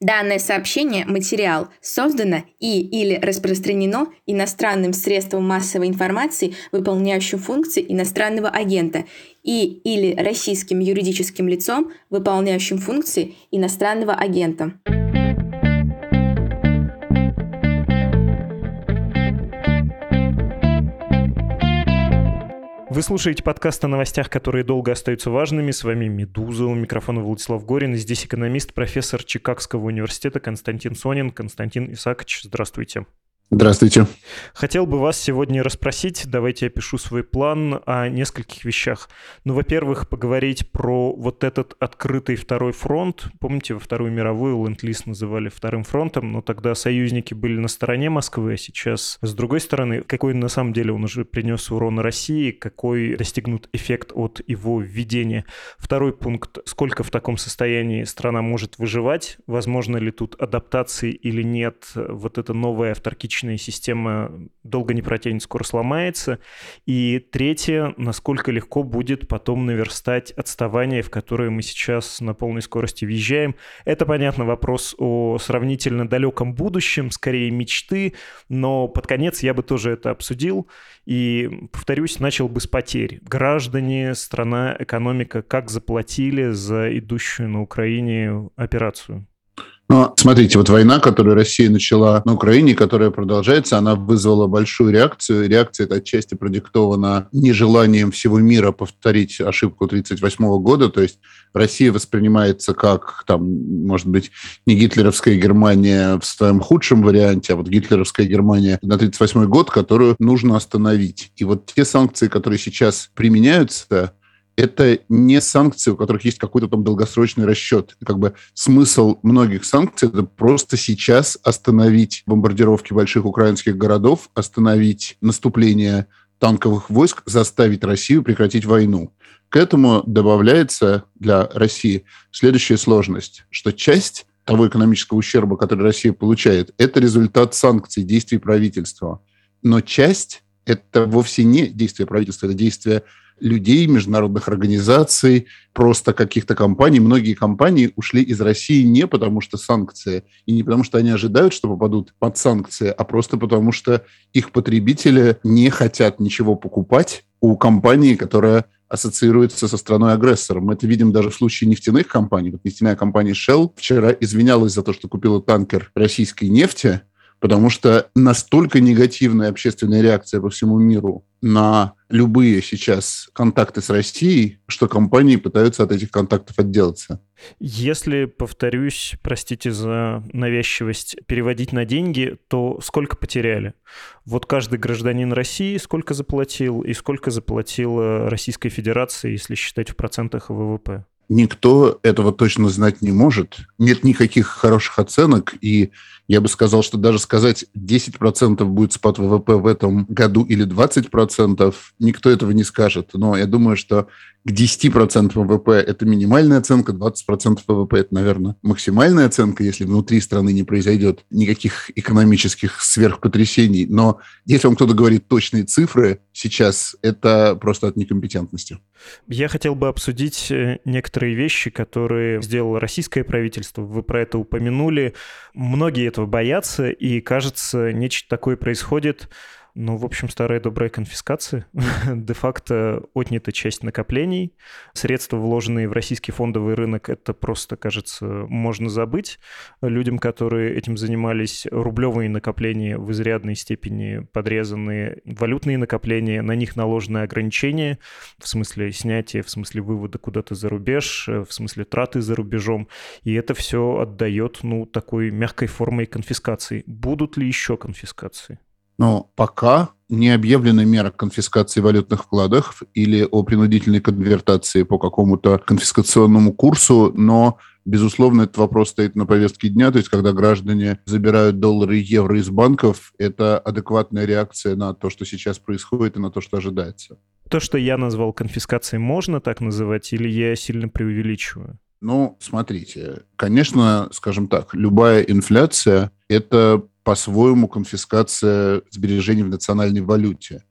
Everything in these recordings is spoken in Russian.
Данное сообщение, материал, создано и/или распространено иностранным средством массовой информации, выполняющим функции иностранного агента, и/или российским юридическим лицом, выполняющим функции иностранного агента. Вы слушаете подкаст о новостях, которые долго остаются важными. С вами «Медуза», у микрофона Владислав Горин. И здесь экономист, профессор Чикагского университета Константин Сонин. Константин Исаакович, здравствуйте. Здравствуйте. Хотел бы вас сегодня расспросить, давайте я пишу свой план о нескольких вещах. Во-первых, поговорить про вот этот открытый второй фронт. Помните, во Вторую мировую ленд-лиз называли вторым фронтом, но тогда союзники были на стороне Москвы, а сейчас с другой стороны. Какой на самом деле он уже принес урон России, какой достигнут эффект от его введения. Второй пункт. Сколько в таком состоянии страна может выживать? Возможно ли тут адаптации или нет? Вот эта новая авторкичная система долго не протянет, скоро сломается. И третье, насколько легко будет потом наверстать отставание, в которое мы сейчас на полной скорости въезжаем. Это, понятно, вопрос о сравнительно далеком будущем, скорее мечты, но под конец я бы тоже это обсудил. И, повторюсь, начал бы с потерь. Граждане, страна, экономика как заплатили за идущую на Украине операцию? Но смотрите, вот война, которую Россия начала на Украине, которая продолжается, она вызвала большую реакцию. Реакция эта отчасти продиктована нежеланием всего мира повторить ошибку 1938 года. То есть Россия воспринимается как, там, может быть, не гитлеровская Германия в своем худшем варианте, а вот гитлеровская Германия на 1938 год, которую нужно остановить. И вот те санкции, которые сейчас применяются, это не санкции, у которых есть какой-то там долгосрочный расчет. Как бы смысл многих санкций – это просто сейчас остановить бомбардировки больших украинских городов, остановить наступление танковых войск, заставить Россию прекратить войну. К этому добавляется для России следующая сложность, что часть того экономического ущерба, который Россия получает, это результат санкций, действий правительства. Но часть – это вовсе не действия правительства, это действия людей, международных организаций, просто каких-то компаний. Многие компании ушли из России не потому, что санкции, и не потому, что они ожидают, что попадут под санкции, а просто потому, что их потребители не хотят ничего покупать у компании, которая ассоциируется со страной-агрессором. Мы это видим даже в случае нефтяных компаний. Вот нефтяная компания Shell вчера извинялась за то, что купила танкер российской нефти, потому что настолько негативная общественная реакция по всему миру на любые сейчас контакты с Россией, что компании пытаются от этих контактов отделаться. Если, повторюсь, простите за навязчивость, переводить на деньги, то сколько потеряли? Вот каждый гражданин России сколько заплатил, и сколько заплатила Российская Федерация, если считать в процентах ВВП? Никто этого точно знать не может. Нет никаких хороших оценок, и я бы сказал, что даже сказать 10% будет спад ВВП в этом году или 20%, никто этого не скажет. Но я думаю, что к 10% ВВП это минимальная оценка, 20% ВВП это, наверное, максимальная оценка, если внутри страны не произойдет никаких экономических сверхпотрясений. Но если вам кто-то говорит точные цифры сейчас, это просто от некомпетентности. Я хотел бы обсудить некоторые вещи, которые сделало российское правительство. Вы про это упомянули. Многие этого боятся, и, кажется, нечто такое происходит. Ну, в общем, старая добрая конфискация. Де-факто отнята часть накоплений. Средства, вложенные в российский фондовый рынок, это просто, кажется, можно забыть. Людям, которые этим занимались, рублевые накопления в изрядной степени подрезаны, валютные накопления, на них наложены ограничения, в смысле снятия, в смысле вывода куда-то за рубеж, в смысле траты за рубежом. И это все отдает, такой мягкой формой конфискации. Будут ли еще конфискации? Но пока не объявлена мера конфискации валютных вкладов или о принудительной конвертации по какому-то конфискационному курсу, но, безусловно, этот вопрос стоит на повестке дня. То есть, когда граждане забирают доллары и евро из банков, это адекватная реакция на то, что сейчас происходит, и на то, что ожидается. То, что я назвал конфискацией, можно так называть, или я сильно преувеличиваю? Смотрите, конечно, скажем так, любая инфляция – это по-своему конфискация сбережений в национальной валюте.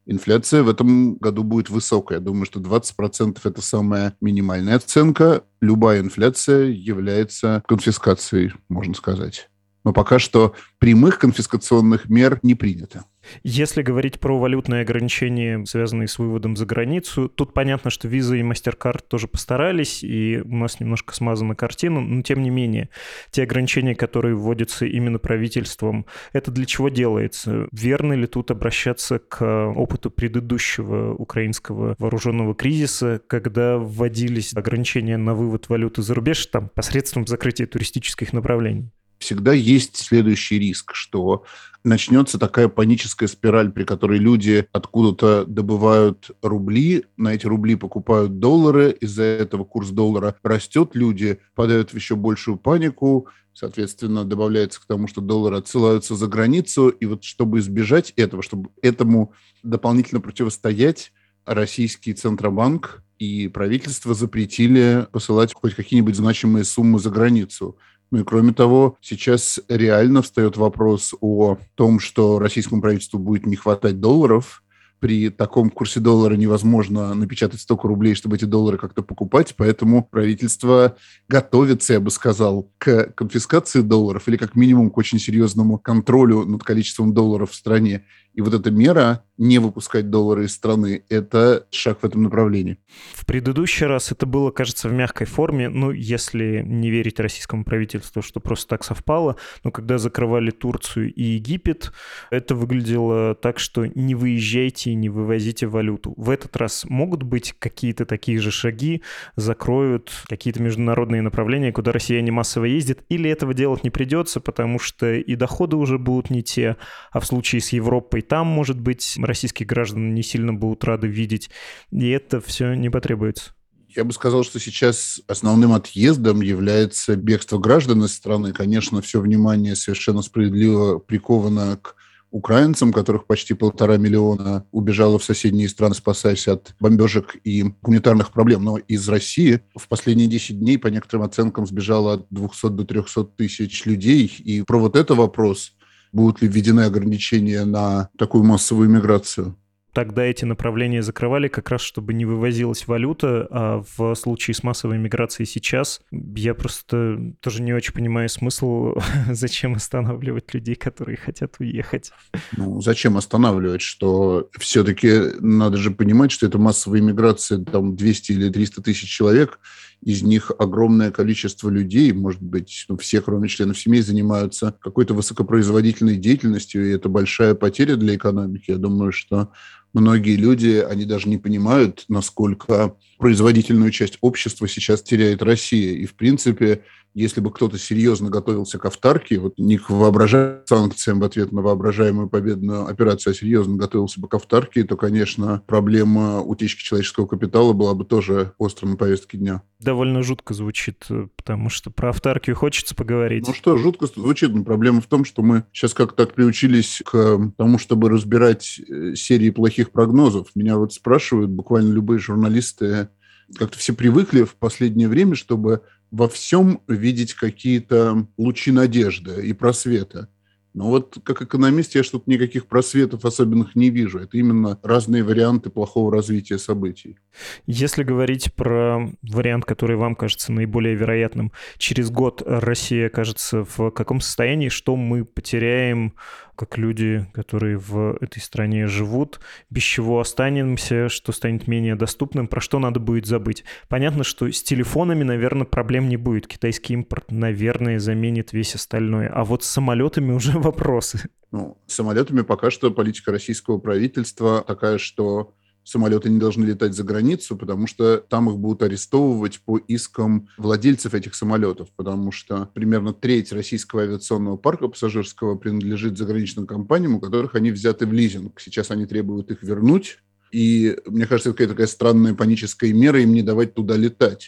Инфляция в этом году будет высокая. Я думаю, что 20% – это самая минимальная оценка. Любая инфляция является конфискацией, можно сказать. Но пока что прямых конфискационных мер не принято. Если говорить про валютные ограничения, связанные с выводом за границу, тут понятно, что Visa и MasterCard тоже постарались, и у нас немножко смазана картина, но тем не менее, те ограничения, которые вводятся именно правительством, это для чего делается? Верно ли тут обращаться к опыту предыдущего украинского вооруженного кризиса, когда вводились ограничения на вывод валюты за рубеж там, посредством закрытия туристических направлений? Всегда есть следующий риск, что начнется такая паническая спираль, при которой люди откуда-то добывают рубли, на эти рубли покупают доллары, из-за этого курс доллара растет, люди падают в еще большую панику, соответственно, добавляется к тому, что доллары отсылаются за границу, и вот чтобы избежать этого, чтобы этому дополнительно противостоять, российский Центробанк и правительство запретили посылать хоть какие-нибудь значимые суммы за границу. Ну и кроме того, сейчас реально встает вопрос о том, что российскому правительству будет не хватать долларов. При таком курсе доллара невозможно напечатать столько рублей, чтобы эти доллары как-то покупать, поэтому правительство готовится, я бы сказал, к конфискации долларов или как минимум к очень серьезному контролю над количеством долларов в стране. И вот эта мера не выпускать доллары из страны – это шаг в этом направлении. В предыдущий раз это было, кажется, в мягкой форме, ну, если не верить российскому правительству, что просто так совпало, но когда закрывали Турцию и Египет, это выглядело так, что не выезжайте и не вывозите валюту. В этот раз могут быть какие-то такие же шаги, закроют какие-то международные направления, куда россияне массово ездят, или этого делать не придется, потому что и доходы уже будут не те, а в случае с Европой там, может быть, российских граждан не сильно будут рады видеть, и это все не потребуется. Я бы сказал, что сейчас основным отъездом является бегство граждан из страны. Конечно, все внимание совершенно справедливо приковано к украинцам, которых почти 1,5 миллиона убежало в соседние страны, спасаясь от бомбежек и гуманитарных проблем. Но из России в последние 10 дней, по некоторым оценкам, сбежало от 200 до 300 тысяч людей. И про вот это вопрос, будут ли введены ограничения на такую массовую миграцию. Тогда эти направления закрывали как раз, чтобы не вывозилась валюта, а в случае с массовой миграцией сейчас я просто тоже не очень понимаю смысл, зачем останавливать людей, которые хотят уехать. Ну, зачем останавливать, что все-таки надо же понимать, что это массовая миграция, там 200 или 300 тысяч человек, из них огромное количество людей, может быть, все, кроме членов семей, занимаются какой-то высокопроизводительной деятельностью, и это большая потеря для экономики. Я думаю, что многие люди, они даже не понимают, насколько производительную часть общества сейчас теряет Россия. И, в принципе, если бы кто-то серьезно готовился к автарке, вот не к воображаемым санкциям в ответ на воображаемую победную операцию, а серьезно готовился бы к автарке, то, конечно, проблема утечки человеческого капитала была бы тоже острой на повестке дня. Довольно жутко звучит, потому что про автаркию хочется поговорить. Ну что, жутко звучит, но проблема в том, что мы сейчас как-то так приучились к тому, чтобы разбирать серии плохих прогнозов. Меня вот спрашивают буквально любые журналисты, как-то все привыкли в последнее время, чтобы во всем видеть какие-то лучи надежды и просвета. Но вот как экономист я что-то никаких просветов особенных не вижу. Это именно разные варианты плохого развития событий. Если говорить про вариант, который вам кажется наиболее вероятным, через год Россия окажется в каком состоянии, что мы потеряем как люди, которые в этой стране живут, без чего останемся, что станет менее доступным, про что надо будет забыть. Понятно, что с телефонами, наверное, проблем не будет. Китайский импорт, наверное, заменит весь остальной. А вот с самолетами уже вопросы. Ну, с самолетами пока что политика российского правительства такая, что самолеты не должны летать за границу, потому что там их будут арестовывать по искам владельцев этих самолетов, потому что примерно треть российского авиационного парка пассажирского принадлежит заграничным компаниям, у которых они взяты в лизинг. Сейчас они требуют их вернуть, и мне кажется, это какая-то такая странная паническая мера им не давать туда летать.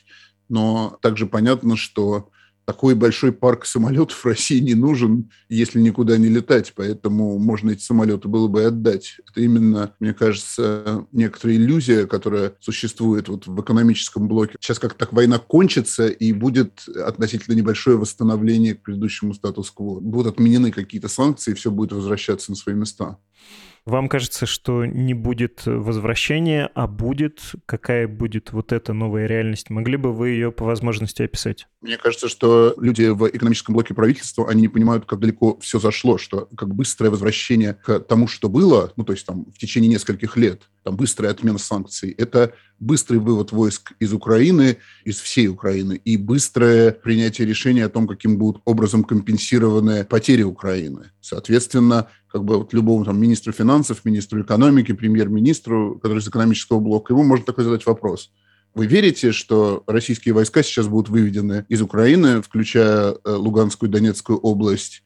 Но также понятно, что такой большой парк самолетов в России не нужен, если никуда не летать, поэтому можно эти самолеты было бы и отдать. Это именно, мне кажется, некоторая иллюзия, которая существует вот в экономическом блоке. Сейчас как-то так война кончится, и будет относительно небольшое восстановление к предыдущему статус-кво. Будут отменены какие-то санкции, и все будет возвращаться на свои места. Вам кажется, что не будет возвращения, а будет? Какая будет вот эта новая реальность? Могли бы вы ее по возможности описать? Мне кажется, что люди в экономическом блоке правительства, они не понимают, как далеко все зашло, что как быстрое возвращение к тому, что было, ну, то есть там в течение нескольких лет, там быстрая отмена санкций, это быстрый вывод войск из Украины, из всей Украины, и быстрое принятие решения о том, каким будут образом компенсированы потери Украины. Соответственно, как бы вот любому там министру финансов, министру экономики, премьер-министру, который из экономического блока, ему можно такой задать вопрос. Вы верите, что российские войска сейчас будут выведены из Украины, включая Луганскую и Донецкую область,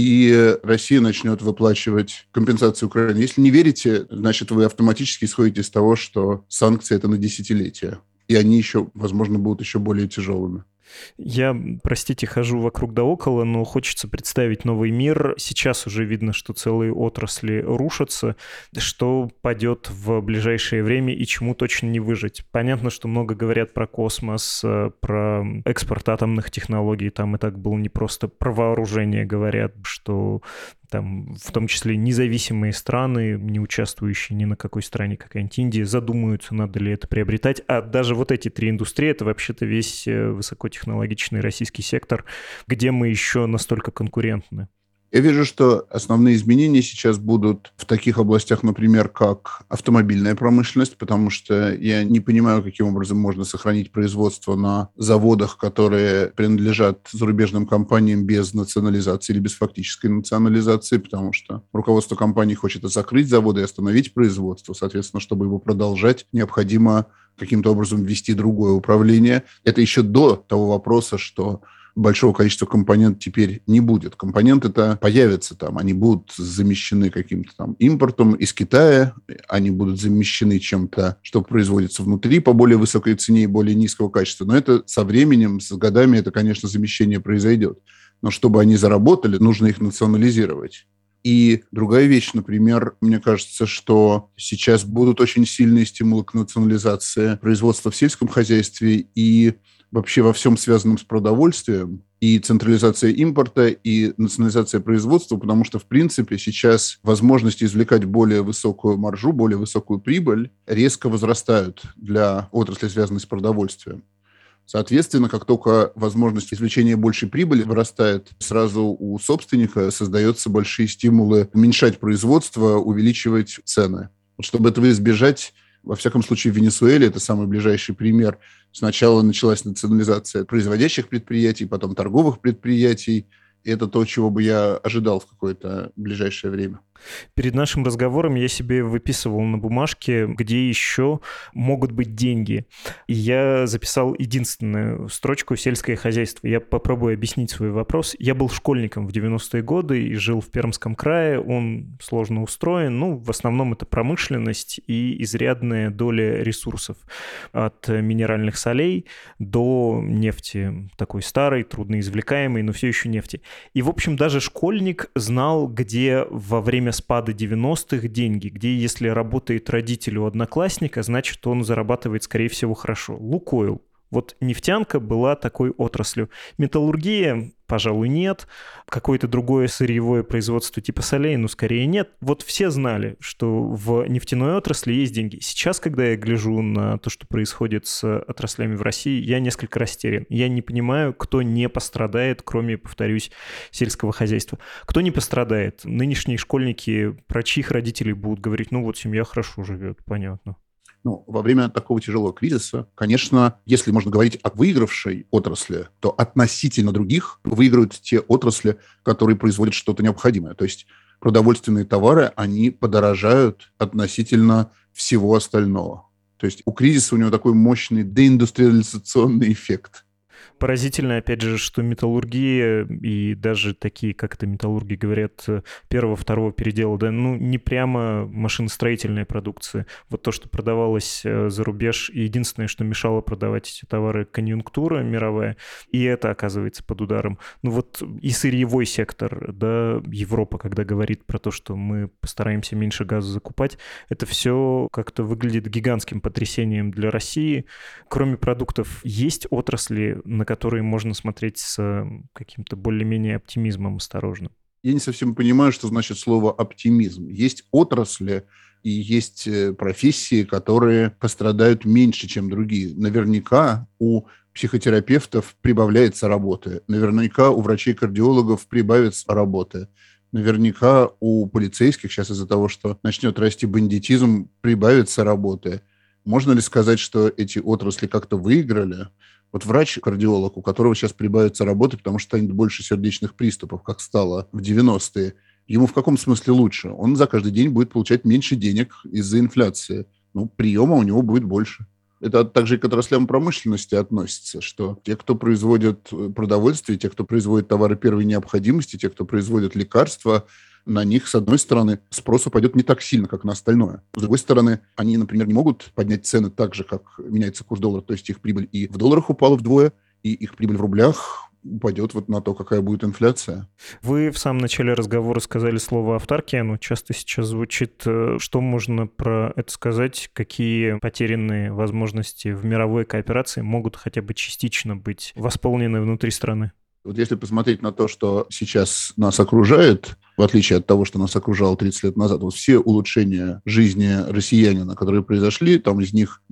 и Россия начнет выплачивать компенсацию Украине? Если не верите, значит, вы автоматически исходите из того, что санкции – это на десятилетия, и они еще, возможно, будут еще более тяжелыми. Я, простите, хожу вокруг да около, но хочется представить новый мир. Сейчас уже видно, что целые отрасли рушатся. Что падет в ближайшее время и чему точно не выжить? Понятно, что много говорят про космос, про экспорт атомных технологий. Там и так было не просто про вооружение говорят, что там, в том числе независимые страны, не участвующие ни на какой стороне, какая-нибудь Индия, задумаются, надо ли это приобретать. А даже вот эти три индустрии — это вообще-то весь высокотехнологичный российский сектор, где мы еще настолько конкурентны. Я вижу, что основные изменения сейчас будут в таких областях, например, как автомобильная промышленность, потому что я не понимаю, каким образом можно сохранить производство на заводах, которые принадлежат зарубежным компаниям без национализации или без фактической национализации, потому что руководство компании хочет закрыть заводы и остановить производство. Соответственно, чтобы его продолжать, необходимо каким-то образом ввести другое управление. Это еще до того вопроса, что большого количества компонентов теперь не будет. Компоненты-то появятся там, они будут замещены каким-то там импортом из Китая, они будут замещены чем-то, что производится внутри по более высокой цене и более низкого качества. Но это со временем, с годами это, конечно, замещение произойдет. Но чтобы они заработали, нужно их национализировать. И другая вещь, например, мне кажется, что сейчас будут очень сильные стимулы к национализации производства в сельском хозяйстве и вообще во всем связанном с продовольствием, и централизация импорта, и национализация производства, потому что, в принципе, сейчас возможности извлекать более высокую маржу, более высокую прибыль резко возрастают для отрасли, связанной с продовольствием. Соответственно, как только возможность извлечения большей прибыли вырастает, сразу у собственника создаются большие стимулы уменьшать производство, увеличивать цены. Вот чтобы этого избежать, во всяком случае, в Венесуэле, это самый ближайший пример, сначала началась национализация производящих предприятий, потом торговых предприятий. И это то, чего бы я ожидал в какое-то ближайшее время. Перед нашим разговором я себе выписывал на бумажке, где еще могут быть деньги. И я записал единственную строчку «сельское хозяйство». Я попробую объяснить свой вопрос. Я был школьником в 90-е годы и жил в Пермском крае. Он сложно устроен. Ну, в основном это промышленность и изрядная доля ресурсов. От минеральных солей до нефти. Такой старой, трудноизвлекаемой, но все еще нефти. И, в общем, даже школьник знал, где во время спада 90-х деньги, где если работает родитель у одноклассника, значит, он зарабатывает, скорее всего, хорошо. Лукойл. Вот нефтянка была такой отраслью. Металлургия, пожалуй, нет. Какое-то другое сырьевое производство типа солей, ну, скорее нет. Вот все знали, что в нефтяной отрасли есть деньги. Сейчас, когда я гляжу на то, что происходит с отраслями в России, я несколько растерян. Я не понимаю, кто не пострадает, кроме, повторюсь, сельского хозяйства. Кто не пострадает? Нынешние школьники про чьих родителей будут говорить, ну вот семья хорошо живет, понятно. Ну, во время такого тяжелого кризиса, конечно, если можно говорить о выигравшей отрасли, то относительно других выиграют те отрасли, которые производят что-то необходимое. То есть продовольственные товары, они подорожают относительно всего остального. То есть у кризиса у него такой мощный деиндустриализационный эффект. Поразительно, опять же, что металлургия и даже такие, как это металлурги говорят, первого-второго передела, да, ну, не прямо машиностроительная продукция. Вот то, что продавалось за рубеж, и единственное, что мешало продавать эти товары, конъюнктура мировая, и это оказывается под ударом. Ну вот и сырьевой сектор, да, Европа, когда говорит про то, что мы постараемся меньше газа закупать, это все как-то выглядит гигантским потрясением для России. Кроме продуктов, есть отрасли, на которые можно смотреть с каким-то более-менее оптимизмом осторожно? Я не совсем понимаю, что значит слово «оптимизм». Есть отрасли и есть профессии, которые пострадают меньше, чем другие. Наверняка у психотерапевтов прибавляется работы. Наверняка у врачей-кардиологов прибавится работы. Наверняка у полицейских сейчас из-за того, что начнет расти бандитизм, прибавится работы. Можно ли сказать, что эти отрасли как-то выиграли? Вот врач-кардиолог, у которого сейчас прибавится работы, потому что станет больше сердечных приступов, как стало в 90-е, ему в каком смысле лучше? Он за каждый день будет получать меньше денег из-за инфляции. Ну, приема у него будет больше. Это также и к отраслям промышленности относится, что те, кто производит продовольствие, те, кто производит товары первой необходимости, те, кто производит лекарства, на них, с одной стороны, спрос упадет не так сильно, как на остальное. С другой стороны, они, например, не могут поднять цены так же, как меняется курс доллара, то есть их прибыль и в долларах упала вдвое, и их прибыль в рублях упадет вот на то, какая будет инфляция. Вы в самом начале разговора сказали слово «автаркия», оно часто сейчас звучит. Что можно про это сказать? Какие потерянные возможности в мировой кооперации могут хотя бы частично быть восполнены внутри страны? Вот если посмотреть на то, что сейчас нас окружает, в отличие от того, что нас окружало 30 лет назад, вот все улучшения жизни россиянина, которые произошли, там из них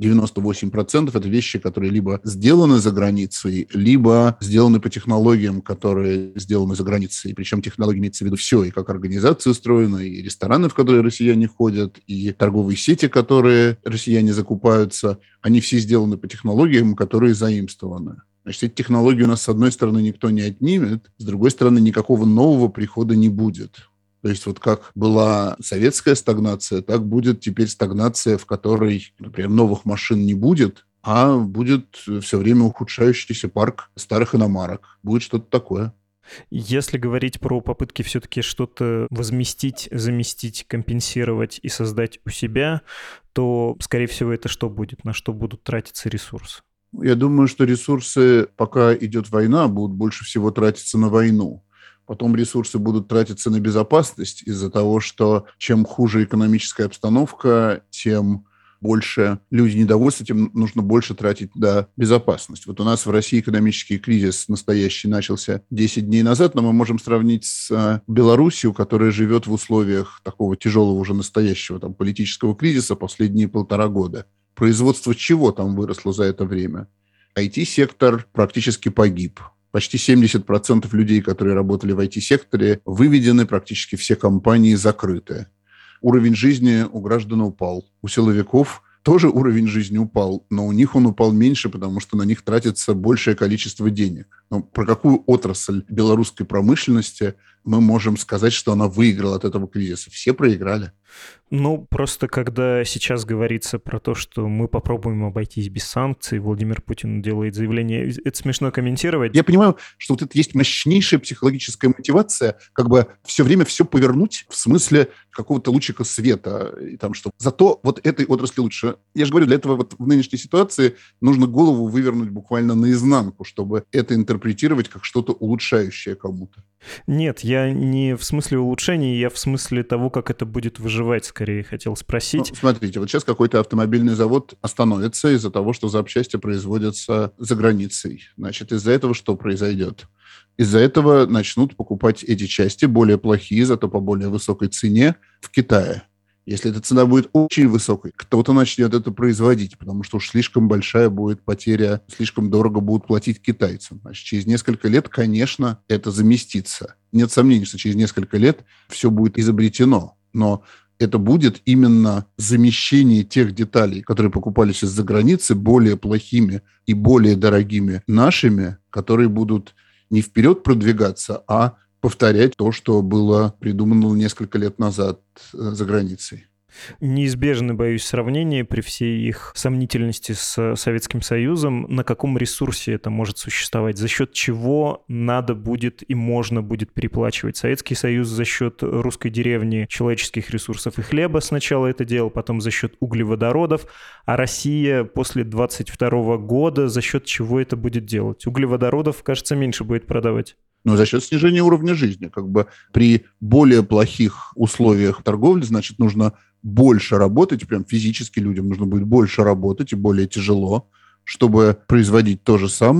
98% это вещи, которые либо сделаны за границей, либо сделаны по технологиям, которые сделаны за границей. Причем технология имеется в виду все, и как организация устроена, и рестораны, в которые россияне ходят, и торговые сети, которые россияне закупаются, они все сделаны по технологиям, которые заимствованы. Значит, эти технологии у нас, с одной стороны, никто не отнимет, с другой стороны, никакого нового прихода не будет. То есть вот как была советская стагнация, так будет теперь стагнация, в которой, например, новых машин не будет, а будет все время ухудшающийся парк старых иномарок. Будет что-то такое. Если говорить про попытки все-таки что-то возместить, заместить, компенсировать и создать у себя, то, скорее всего, это что будет? На что будут тратиться ресурсы? Я думаю, что ресурсы, пока идет война, будут больше всего тратиться на войну. Потом ресурсы будут тратиться на безопасность из-за того, что чем хуже экономическая обстановка, тем больше люди недовольны, тем нужно больше тратить на безопасность. Вот у нас в России экономический кризис настоящий начался 10 дней назад, но мы можем сравнить с Белоруссией, которая живет в условиях такого тяжелого уже настоящего там, политического кризиса последние 1,5 года. Производство чего там выросло за это время? IT-сектор практически погиб. Почти 70% людей, которые работали в IT-секторе, выведены, практически все компании закрыты. Уровень жизни у граждан упал. У силовиков тоже уровень жизни упал, но у них он упал меньше, потому что на них тратится большее количество денег. Но про какую отрасль белорусской промышленности мы можем сказать, что она выиграла от этого кризиса? Все проиграли. Ну, просто когда сейчас говорится про то, что мы попробуем обойтись без санкций, Владимир Путин делает заявление, это смешно комментировать. Я понимаю, что вот это есть мощнейшая психологическая мотивация, как бы все время все повернуть в смысле какого-то лучика света, и там, что зато вот этой отрасли лучше. Я же говорю, для этого вот в нынешней ситуации нужно голову вывернуть буквально наизнанку, чтобы это интерпретировать как что-то улучшающее кому-то. Нет, я не в смысле улучшений, я в смысле того, как это будет выживать, скорее хотел спросить. Ну, смотрите, вот сейчас какой-то автомобильный завод остановится из-за того, что запчасти производятся за границей. Значит, из-за этого что произойдет? Из-за этого начнут покупать эти части, более плохие, зато по более высокой цене, в Китае. Если эта цена будет очень высокой, кто-то начнет это производить, потому что уж слишком большая будет потеря, слишком дорого будут платить китайцам. Значит, через несколько лет, конечно, это заместится. Нет сомнений, что через несколько лет все будет изобретено. Но это будет именно замещение тех деталей, которые покупались из-за границы, более плохими и более дорогими нашими, которые будут не вперед продвигаться, а повторять то, что было придумано несколько лет назад за границей. Неизбежны, боюсь, сравнения при всей их сомнительности с Советским Союзом. На каком ресурсе это может существовать? За счет чего надо будет и можно будет переплачивать? Советский Союз за счет русской деревни, человеческих ресурсов и хлеба сначала это делал, потом за счет углеводородов, а Россия после 22 года за счет чего это будет делать? Углеводородов, кажется, меньше будет продавать. Но за счет снижения уровня жизни. Как бы при более плохих условиях торговли, значит, нужно больше работать, прям физически людям нужно будет больше работать и более тяжело, чтобы производить то же самое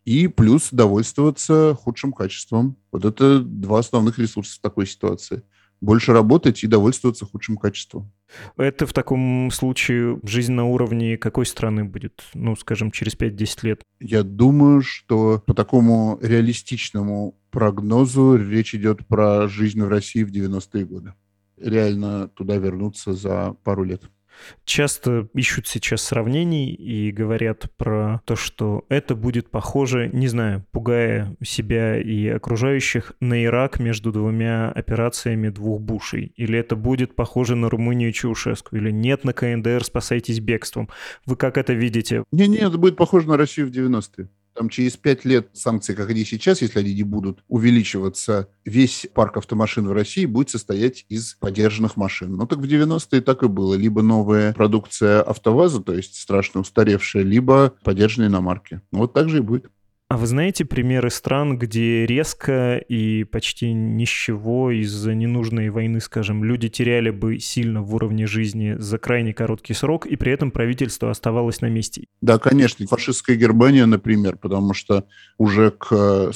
и плюс довольствоваться худшим качеством. Вот это два основных ресурса в такой ситуации. Больше работать и довольствоваться худшим качеством. Это в таком случае жизнь на уровне какой страны будет? Ну, скажем, через 5-10 лет? Я думаю, что по такому реалистичному прогнозу речь идет про жизнь в России в 90-е годы. Реально туда вернуться за пару лет. Часто ищут сейчас сравнений и говорят про то, что это будет похоже, не знаю, пугая себя и окружающих, на Ирак между двумя операциями двух Бушей. Или это будет похоже на Румынию и Чаушеску. Или нет, на КНДР спасайтесь бегством. Вы как это видите? Не, это будет похоже на Россию в 90-е. Там через 5 лет санкции, как они сейчас, если они не будут увеличиваться, весь парк автомашин в России будет состоять из подержанных машин. Ну так в 90-е так и было. Либо новая продукция АвтоВАЗа, то есть страшно устаревшая, либо подержанные иномарки. Вот так же и будет. А вы знаете примеры стран, где резко и почти ни с чего из-за ненужной войны, скажем, люди теряли бы сильно в уровне жизни за крайне короткий срок, и при этом правительство оставалось на месте? Да, конечно. Фашистская Германия, например, потому что уже к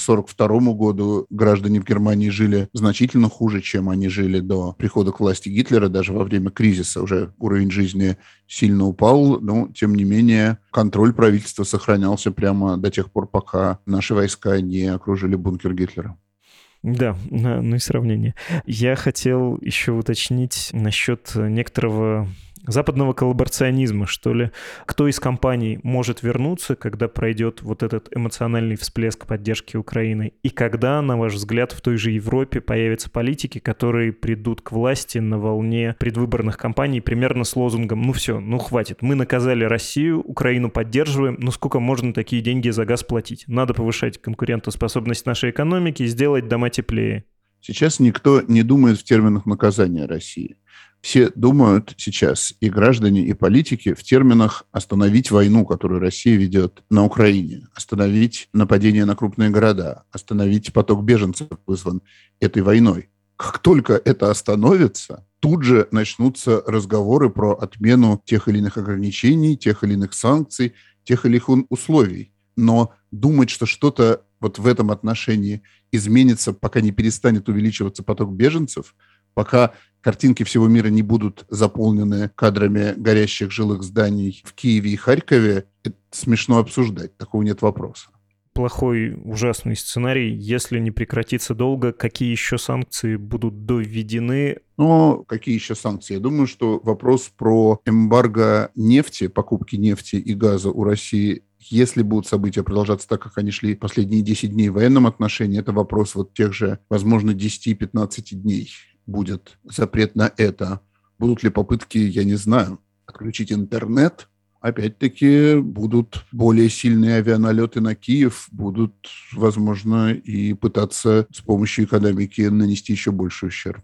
1942 году граждане в Германии жили значительно хуже, чем они жили до прихода к власти Гитлера. Даже во время кризиса уже уровень жизни сильно упал, но, тем не менее, контроль правительства сохранялся прямо до тех пор, пока наши войска не окружили бункер Гитлера. Да, ну и сравнение. Я хотел еще уточнить насчет некоторого западного коллаборационизма, что ли. Кто из компаний может вернуться, когда пройдет вот этот эмоциональный всплеск поддержки Украины? И когда, на ваш взгляд, в той же Европе появятся политики, которые придут к власти на волне предвыборных кампаний примерно с лозунгом «Ну все, ну хватит, мы наказали Россию, Украину поддерживаем, ну сколько можно такие деньги за газ платить? Надо повышать конкурентоспособность нашей экономики и сделать дома теплее». Сейчас никто не думает в терминах наказания России. Все думают сейчас, и граждане, и политики, в терминах остановить войну, которую Россия ведет на Украине, остановить нападение на крупные города, остановить поток беженцев, вызван этой войной. Как только это остановится, тут же начнутся разговоры про отмену тех или иных ограничений, тех или иных санкций, тех или иных условий. Но думать, что что-то вот в этом отношении изменится, пока не перестанет увеличиваться поток беженцев, пока картинки всего мира не будут заполнены кадрами горящих жилых зданий в Киеве и Харькове, это смешно обсуждать, такого нет вопроса. Плохой, ужасный сценарий. Если не прекратится долго, какие еще санкции будут довведены? Но какие еще санкции? Я думаю, что вопрос про эмбарго нефти, покупки нефти и газа у России, если будут события продолжаться так, как они шли последние 10 дней в военном отношении, это вопрос вот тех же, возможно, 10-15 дней. Будет запрет на это. Будут ли попытки, я не знаю, отключить интернет? Опять-таки будут более сильные авианалеты на Киев, будут, возможно, и пытаться с помощью экономики нанести еще больший ущерб.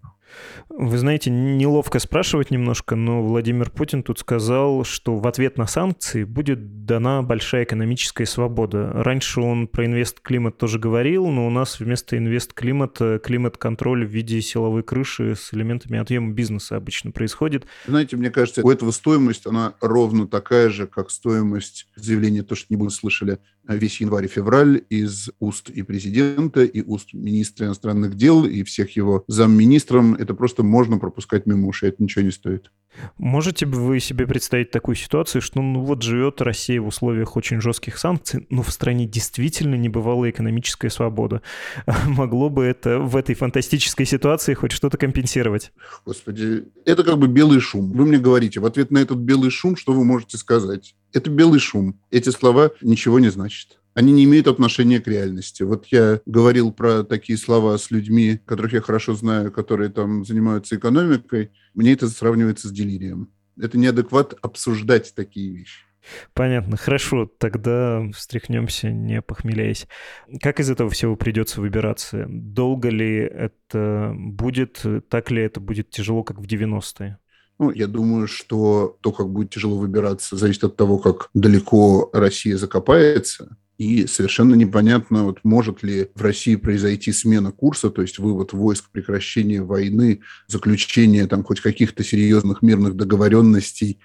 Вы знаете, неловко спрашивать немножко, но Владимир Путин тут сказал, что в ответ на санкции будет дана большая экономическая свобода. Раньше он про инвестклимат тоже говорил, но у нас вместо инвестклимата климат-контроль в виде силовой крыши с элементами отъема бизнеса обычно происходит. Знаете, мне кажется, у этого стоимость, она ровно такая же, как стоимость заявления, то, что не вы слышали, весь январь и февраль из уст и президента, и уст министра иностранных дел, и всех его замминистров. Это просто можно пропускать мимо ушей, это ничего не стоит. Можете бы вы себе представить такую ситуацию, что ну вот живет Россия в условиях очень жестких санкций, но в стране действительно небывалая экономическая свобода. Могло бы это в этой фантастической ситуации хоть что-то компенсировать? Господи, это как бы белый шум. Вы мне говорите, в ответ на этот белый шум, что вы можете сказать? Это белый шум. Эти слова ничего не значат. Они не имеют отношения к реальности. Вот я говорил про такие слова с людьми, которых я хорошо знаю, которые там занимаются экономикой. Мне это сравнивается с делирием. Это неадекват обсуждать такие вещи. Понятно. Хорошо, тогда встряхнемся, не похмеляясь. Как из этого всего придется выбираться? Долго ли это будет? Так ли это будет тяжело, как в 90-е? Ну, я думаю, что то, как будет тяжело выбираться, зависит от того, как далеко Россия закопается. И совершенно непонятно, вот может ли в России произойти смена курса, то есть вывод войск, прекращение войны, заключение там хоть каких-то серьезных мирных договоренностей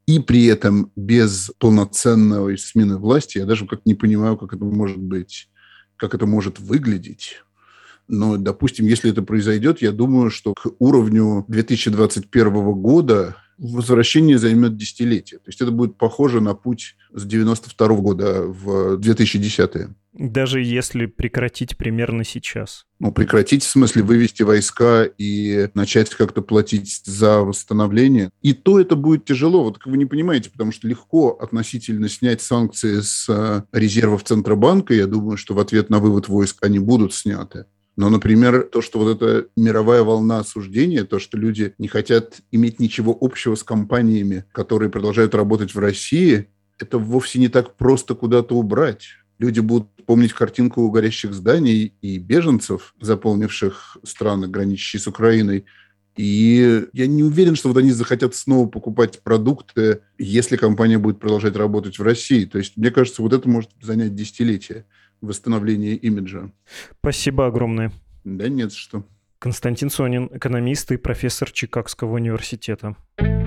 и при этом без полноценной смены власти, я даже как не понимаю, как это может быть, как это может выглядеть. Но, допустим, если это произойдет, я думаю, что к уровню 2021 года возвращение займет десятилетие. То есть это будет похоже на путь с 92 года в 2010-е. Даже если прекратить примерно сейчас. Ну, прекратить, в смысле вывести войска и начать как-то платить за восстановление. И то это будет тяжело, вот как вы не понимаете, потому что легко относительно снять санкции с резервов Центробанка. Я думаю, что в ответ на вывод войск они будут сняты. Но, например, то, что вот эта мировая волна осуждения, то, что люди не хотят иметь ничего общего с компаниями, которые продолжают работать в России, это вовсе не так просто куда-то убрать. Люди будут помнить картинку горящих зданий и беженцев, заполнивших страны, граничащие с Украиной. И я не уверен, что вот они захотят снова покупать продукты, если компания будет продолжать работать в России. То есть, мне кажется, вот это может занять десятилетия. Восстановление имиджа. Спасибо огромное. Да нет, что. Константин Сонин, экономист и профессор Чикагского университета.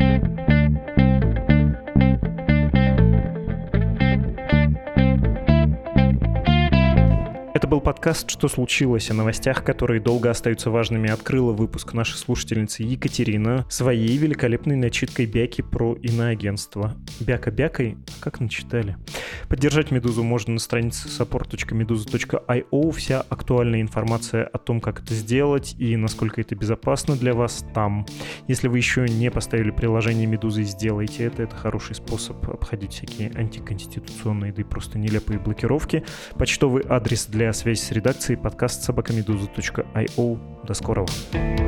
Это был подкаст «Что случилось?» о новостях, которые долго остаются важными. Открыла выпуск наша слушательница Екатерина своей великолепной начиткой Бяки про иноагентство. Бяка-бякой? Как начитали? Поддержать «Медузу» можно на странице support.meduza.io. Вся актуальная информация о том, как это сделать и насколько это безопасно для вас там. Если вы еще не поставили приложение «Медузы», сделайте это. Это хороший способ обходить всякие антиконституционные, да и просто нелепые блокировки. Почтовый адрес для связи с редакцией — подкаст @meduza.io. До скорого.